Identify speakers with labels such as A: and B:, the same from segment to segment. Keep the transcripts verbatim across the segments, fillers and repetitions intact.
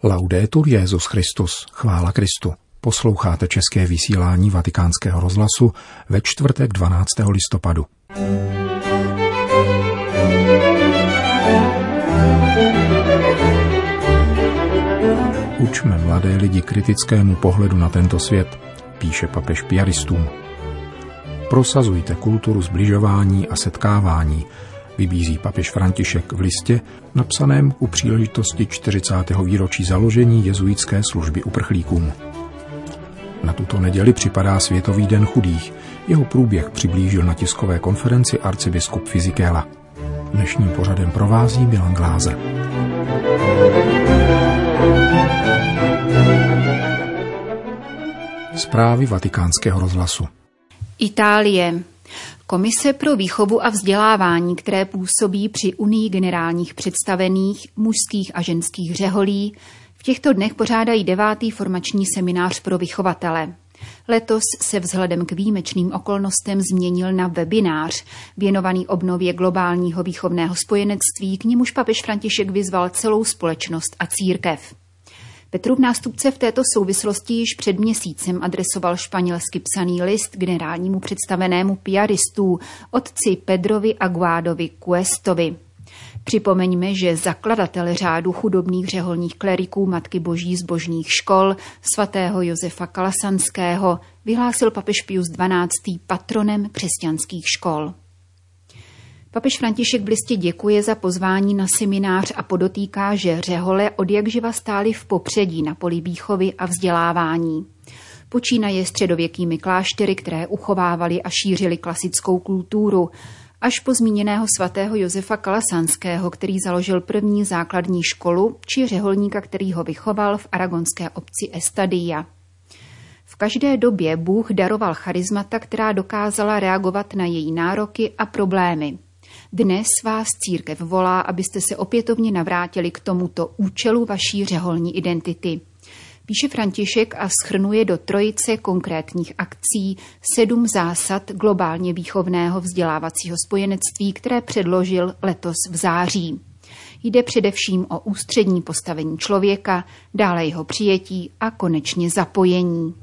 A: Laudetur Jesus Christus, chvála Kristu. Posloucháte české vysílání Vatikánského rozhlasu ve čtvrtek dvanáctého listopadu. Učme mladé lidi kritickému pohledu na tento svět, píše papež piaristům. Prosazujte kulturu sbližování a setkávání, vybízí papež František v listě, napsaném u příležitosti čtyřicátého výročí založení jezuitské služby uprchlíkům. Na tuto neděli připadá Světový den chudých. Jeho průběh přiblížil na tiskové konferenci arcibiskup Fisichella. Dnešním pořadem provází Milan Glázer. Zprávy Vatikánského rozhlasu.
B: Itálie. Komise pro výchovu a vzdělávání, které působí při Unii generálních představených mužských a ženských řeholí, v těchto dnech pořádají devátý formační seminář pro vychovatele. Letos se vzhledem k výjimečným okolnostem změnil na webinář, věnovaný obnově globálního výchovného spojenectví, k němuž papež František vyzval celou společnost a církev. Petrův nástupce v této souvislosti již před měsícem adresoval španělsky psaný list generálnímu představenému piaristů, otci Pedrovi Aguadovi Cuestovi. Připomeňme, že zakladatel řádu chudobných řeholních kleriků Matky Boží zbožných škol, svatého Josefa Kalasanského, vyhlásil papež Pius dvanáctý patronem křesťanských škol. Papež František v listě děkuje za pozvání na seminář a podotýká, že řehole odjakživa stály v popředí na poli výchovy a vzdělávání. Počínaje středověkými kláštery, které uchovávaly a šířily klasickou kulturu, až po zmíněného svatého Josefa Kalasanského, který založil první základní školu, či řeholníka, který ho vychoval v aragonské obci Estadia. V každé době Bůh daroval charismata, která dokázala reagovat na její nároky a problémy. Dnes vás církev volá, abyste se opětovně navrátili k tomuto účelu vaší řeholní identity. Píše František a shrnuje do trojice konkrétních akcí sedm zásad globálně výchovného vzdělávacího spojenectví, které předložil letos v září. Jde především o ústřední postavení člověka, dále jeho přijetí a konečně zapojení.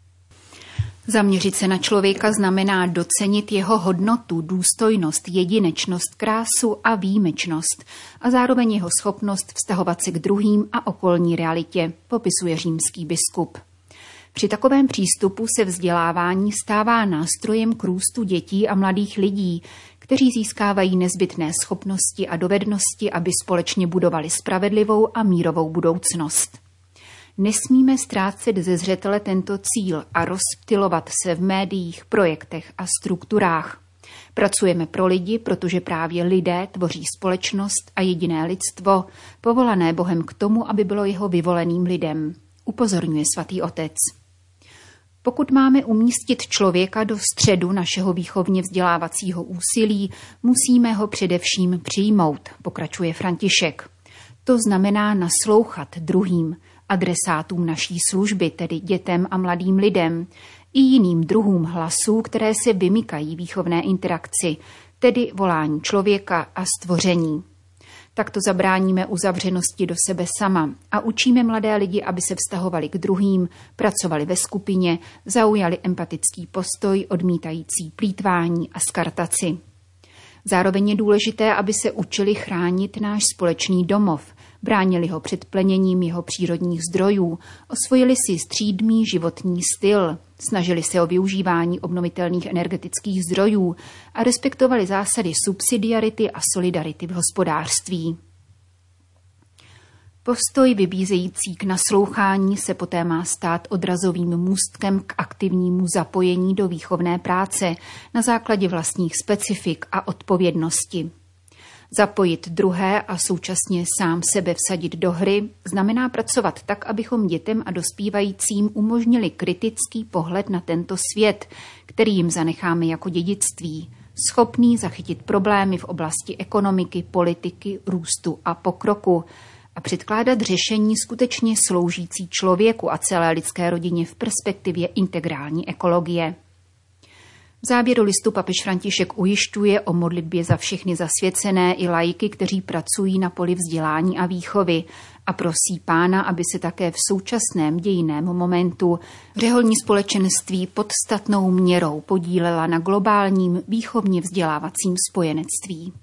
B: Zaměřit se na člověka znamená docenit jeho hodnotu, důstojnost, jedinečnost, krásu a výjimečnost a zároveň jeho schopnost vztahovat se k druhým a okolní realitě, popisuje římský biskup. Při takovém přístupu se vzdělávání stává nástrojem k růstu dětí a mladých lidí, kteří získávají nezbytné schopnosti a dovednosti, aby společně budovali spravedlivou a mírovou budoucnost. Nesmíme ztrácet ze zřetele tento cíl a rozptylovat se v médiích, projektech a strukturách. Pracujeme pro lidi, protože právě lidé tvoří společnost a jediné lidstvo, povolané Bohem k tomu, aby bylo jeho vyvoleným lidem, upozorňuje svatý otec. Pokud máme umístit člověka do středu našeho výchovně vzdělávacího úsilí, musíme ho především přijmout, pokračuje František. To znamená naslouchat druhým, adresátům naší služby, tedy dětem a mladým lidem, i jiným druhům hlasů, které se vymykají výchovné interakci, tedy volání člověka a stvoření. Takto zabráníme uzavřenosti do sebe sama a učíme mladé lidi, aby se vztahovali k druhým, pracovali ve skupině, zaujali empatický postoj odmítající plýtvání a skartaci. Zároveň je důležité, aby se učili chránit náš společný domov, bránili ho před pleněním jeho přírodních zdrojů, osvojili si střídmý životní styl, snažili se o využívání obnovitelných energetických zdrojů a respektovali zásady subsidiarity a solidarity v hospodářství. Postoj vybízející k naslouchání se poté má stát odrazovým můstkem k aktivnímu zapojení do výchovné práce na základě vlastních specifik a odpovědnosti. Zapojit druhé a současně sám sebe vsadit do hry znamená pracovat tak, abychom dětem a dospívajícím umožnili kritický pohled na tento svět, který jim zanecháme jako dědictví, schopný zachytit problémy v oblasti ekonomiky, politiky, růstu a pokroku a předkládat řešení skutečně sloužící člověku a celé lidské rodině v perspektivě integrální ekologie. V závěru listu papež František ujišťuje o modlitbě za všechny zasvěcené i laiky, kteří pracují na poli vzdělání a výchovy a prosí Pána, aby se také v současném dějinném momentu řeholní společenství podstatnou měrou podílela na globálním výchovně vzdělávacím spojenectví.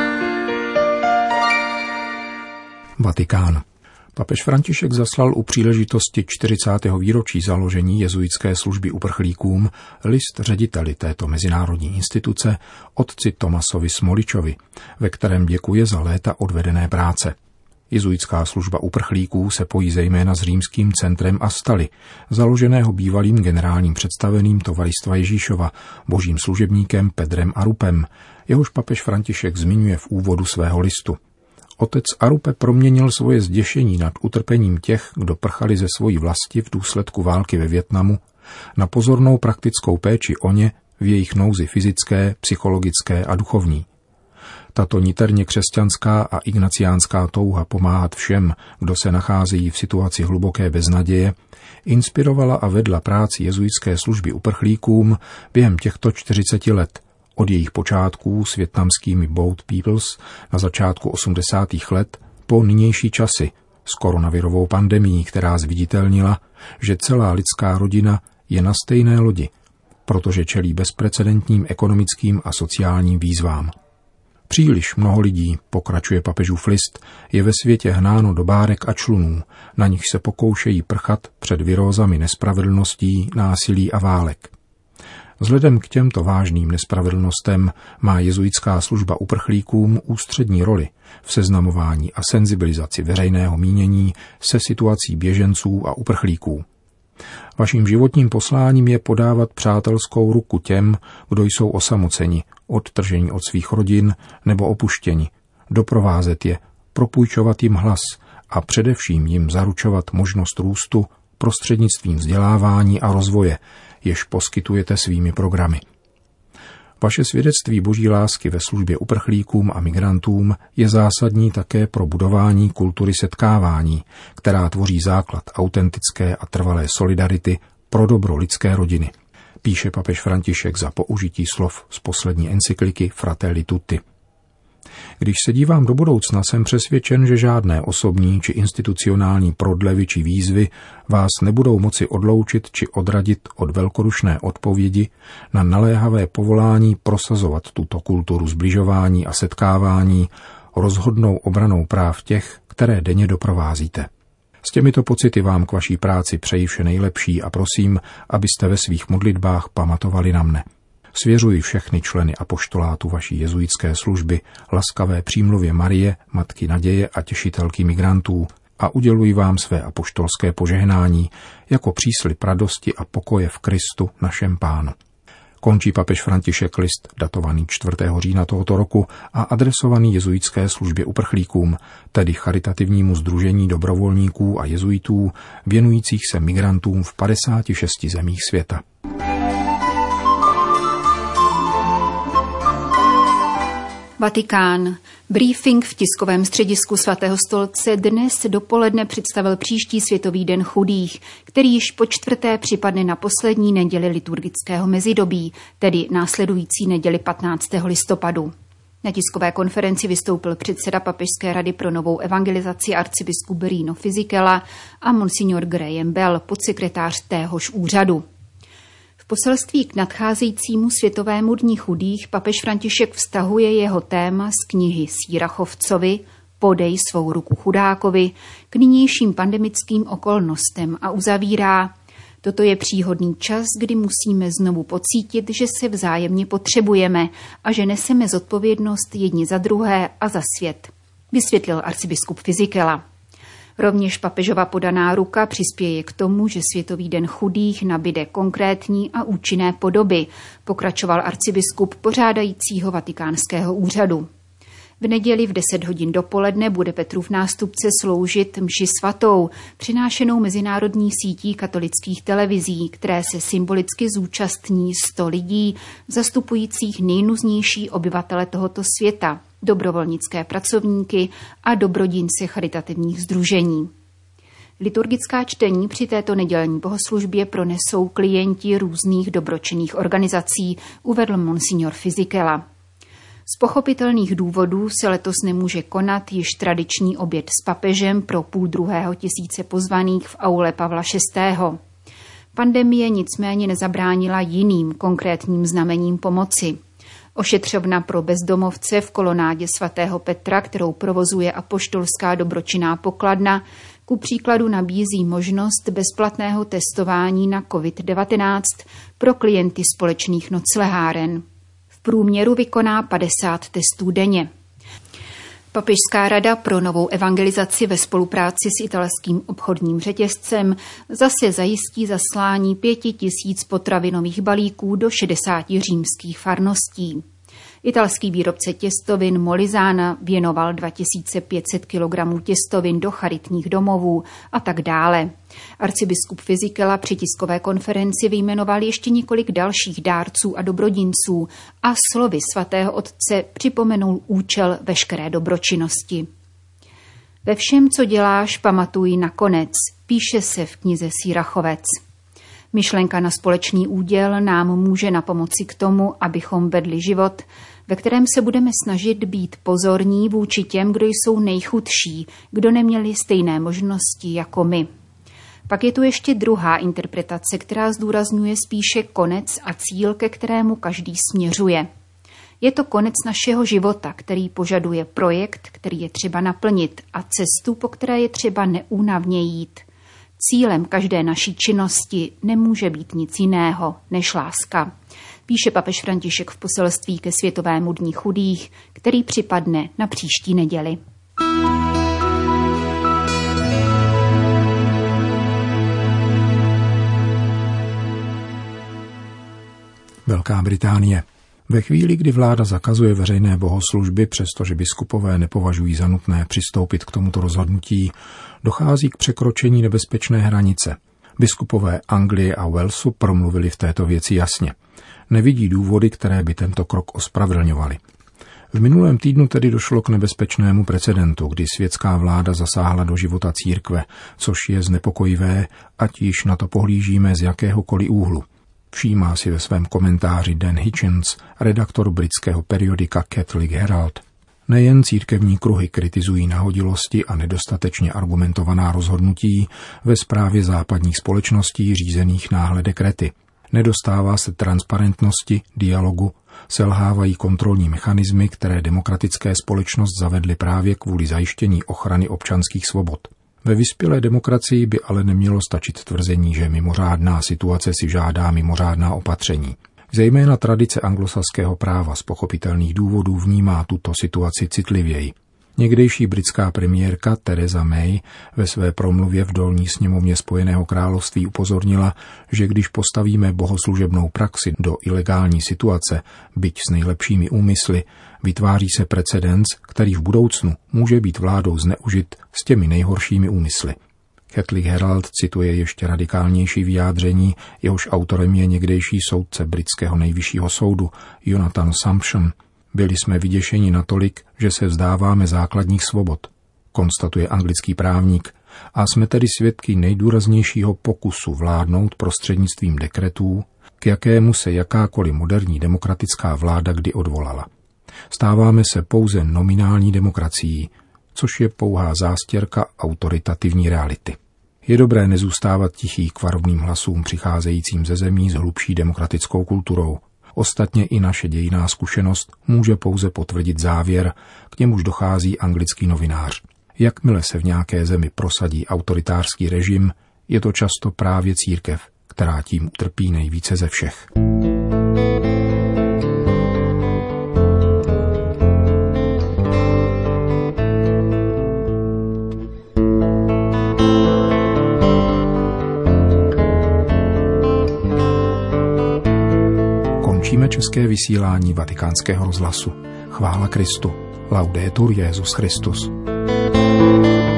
A: Vatikán. Papež František zaslal u příležitosti čtyřicátého výročí založení jezuitské služby uprchlíkům list řediteli této mezinárodní instituce, otci Tomasovi Smoličovi, ve kterém děkuje za léta odvedené práce. Jezuitská služba uprchlíků se pojí zejména s římským centrem Astali, založeného bývalým generálním představeným Tovaristva Ježíšova, božím služebníkem Pedrem Arupem, jehož papež František zmiňuje v úvodu svého listu. Otec Arupe proměnil svoje zděšení nad utrpením těch, kdo prchali ze svojí vlasti v důsledku války ve Vietnamu, na pozornou praktickou péči o ně v jejich nouzi fyzické, psychologické a duchovní. Tato niterně křesťanská a ignaciánská touha pomáhat všem, kdo se nacházejí v situaci hluboké beznaděje, inspirovala a vedla práci jezuitské služby uprchlíkům během těchto čtyřiceti let, od jejich počátků s vietnamskými Boat Peoples na začátku osmdesátých let po nynější časy s koronavirovou pandemií, která zviditelnila, že celá lidská rodina je na stejné lodi, protože čelí bezprecedentním ekonomickým a sociálním výzvám. Příliš mnoho lidí, pokračuje papežův list, je ve světě hnáno do bárek a člunů, na nich se pokoušejí prchat před virózami nespravedlností, násilí a válek. Vzhledem k těmto vážným nespravedlnostem má jezuitská služba uprchlíkům ústřední roli v seznamování a senzibilizaci veřejného mínění se situací běženců a uprchlíků. Vaším životním posláním je podávat přátelskou ruku těm, kdo jsou osamoceni, odtrženi od svých rodin nebo opuštěni, doprovázet je, propůjčovat jim hlas a především jim zaručovat možnost růstu prostřednictvím vzdělávání a rozvoje, jež poskytujete svými programy. Vaše svědectví boží lásky ve službě uprchlíkům a migrantům je zásadní také pro budování kultury setkávání, která tvoří základ autentické a trvalé solidarity pro dobro lidské rodiny, píše papež František za použití slov z poslední encykliky Fratelli Tutti. Když se dívám do budoucna, jsem přesvědčen, že žádné osobní či institucionální prodlevy či výzvy vás nebudou moci odloučit či odradit od velkodušné odpovědi na naléhavé povolání prosazovat tuto kulturu sbližování a setkávání rozhodnou obranou práv těch, které denně doprovázíte. S těmito pocity vám k vaší práci přeji vše nejlepší a prosím, abyste ve svých modlitbách pamatovali na mne. Svěřuji všechny členy apoštolátu vaší jezuitské služby laskavé přímluvě Marie, Matky naděje a těšitelky migrantů a uděluji vám své apoštolské požehnání jako příslib radosti a pokoje v Kristu našem Pánu. Končí papež František list datovaný čtvrtého října tohoto roku a adresovaný jezuitské službě uprchlíkům, tedy charitativnímu sdružení dobrovolníků a jezuitů věnujících se migrantům v padesáti šesti zemích světa.
B: Vatikán. Briefing v tiskovém středisku svatého stolce dnes dopoledne představil příští Světový den chudých, který již po čtvrté připadne na poslední neděli liturgického mezidobí, tedy následující neděli patnáctého listopadu. Na tiskové konferenci vystoupil předseda Papežské rady pro novou evangelizaci arcibiskup Rino Fisichella a monsignor Graham Bell, podsekretář téhož úřadu. V poselství k nadcházejícímu Světovému dni chudých papež František vztahuje jeho téma z knihy Sírachovcovi Podej svou ruku chudákovi k nynějším pandemickým okolnostem a uzavírá: Toto je příhodný čas, kdy musíme znovu pocítit, že se vzájemně potřebujeme a že neseme zodpovědnost jedni za druhé a za svět, vysvětlil arcibiskup Fisichella. Rovněž papežova podaná ruka přispěje k tomu, že Světový den chudých nabyde konkrétní a účinné podoby, pokračoval arcibiskup pořádajícího vatikánského úřadu. V neděli v deset hodin dopoledne bude Petrův nástupce sloužit mši svatou, přinášenou mezinárodní sítí katolických televizí, které se symbolicky zúčastní sto lidí, zastupujících nejnuznější obyvatele tohoto světa, dobrovolnické pracovníky a dobrodince charitativních sdružení. Liturgická čtení při této nedělní bohoslužbě pronesou klienti různých dobročinných organizací, uvedl monsignor Fisichella. Z pochopitelných důvodů se letos nemůže konat již tradiční oběd s papežem pro půl druhého tisíce pozvaných v aule Pavla šestého. Pandemie nicméně nezabránila jiným konkrétním znamením pomoci. Ošetřovna pro bezdomovce v kolonádě svatého Petra, kterou provozuje apoštolská dobročinná pokladna, ku příkladu nabízí možnost bezplatného testování na covid devatenáct pro klienty společných nocleháren. V průměru vykoná padesát testů denně. Papežská rada pro novou evangelizaci ve spolupráci s italským obchodním řetězcem zase zajistí zaslání pěti tisíc potravinových balíků do šedesáti římských farností. Italský výrobce těstovin Molizana věnoval dva tisíce pět set kilogramů těstovin do charitních domovů a tak dále. Arcibiskup Fisichella při tiskové konferenci vyjmenoval ještě několik dalších dárců a dobrodinců a slovy svatého otce připomenul účel veškeré dobročinnosti. Ve všem, co děláš, pamatuj na konec, píše se v knize Sýrachovec. Myšlenka na společný úděl nám může napomoci k tomu, abychom vedli život, ve kterém se budeme snažit být pozorní vůči těm, kdo jsou nejchudší, kdo neměli stejné možnosti jako my. Pak je tu ještě druhá interpretace, která zdůrazňuje spíše konec a cíl, ke kterému každý směřuje. Je to konec našeho života, který požaduje projekt, který je třeba naplnit a cestu, po které je třeba neúnavně jít. Cílem každé naší činnosti nemůže být nic jiného než láska, píše papež František v poselství ke Světovému dni chudých, který připadne na příští neděli.
A: Velká Británie. Ve chvíli, kdy vláda zakazuje veřejné bohoslužby, přestože biskupové nepovažují za nutné přistoupit k tomuto rozhodnutí, dochází k překročení nebezpečné hranice. Biskupové Anglie a Walesu promluvili v této věci jasně. Nevidí důvody, které by tento krok ospravedlňovaly. V minulém týdnu tedy došlo k nebezpečnému precedentu, kdy světská vláda zasáhla do života církve, což je znepokojivé, ať již na to pohlížíme z jakéhokoliv úhlu. Všímá si ve svém komentáři Dan Hitchens, redaktor britského periodika Catholic Herald. Nejen církevní kruhy kritizují nahodilosti a nedostatečně argumentovaná rozhodnutí ve správě západních společností řízených náhle dekrety. Nedostává se transparentnosti, dialogu, selhávají kontrolní mechanismy, které demokratická společnost zavedly právě kvůli zajištění ochrany občanských svobod. Ve vyspělé demokracii by ale nemělo stačit tvrzení, že mimořádná situace si žádá mimořádná opatření. Zejména tradice anglosaského práva z pochopitelných důvodů vnímá tuto situaci citlivěji. Někdejší britská premiérka Theresa May ve své promluvě v dolní sněmovně Spojeného království upozornila, že když postavíme bohoslužebnou praxi do ilegální situace, byť s nejlepšími úmysly, vytváří se precedens, který v budoucnu může být vládou zneužit s těmi nejhoršími úmysly. Catholic Herald cituje ještě radikálnější vyjádření, jehož autorem je někdejší soudce britského nejvyššího soudu Jonathan Sumption. Byli jsme vyděšeni natolik, že se vzdáváme základních svobod, konstatuje anglický právník, a jsme tedy svědky nejdůraznějšího pokusu vládnout prostřednictvím dekretů, k jakému se jakákoliv moderní demokratická vláda kdy odvolala. Stáváme se pouze nominální demokracií, což je pouhá zástěrka autoritativní reality. Je dobré nezůstávat tichý k varovným hlasům přicházejícím ze zemí s hlubší demokratickou kulturou. Ostatně i naše dějinná zkušenost může pouze potvrdit závěr, k němuž dochází anglický novinář. Jakmile se v nějaké zemi prosadí autoritářský režim, je to často právě církev, která tím utrpí nejvíce ze všech. Končíme české vysílání Vatikánského rozhlasu. Chvála Kristu. Laudetur Jesus Christus.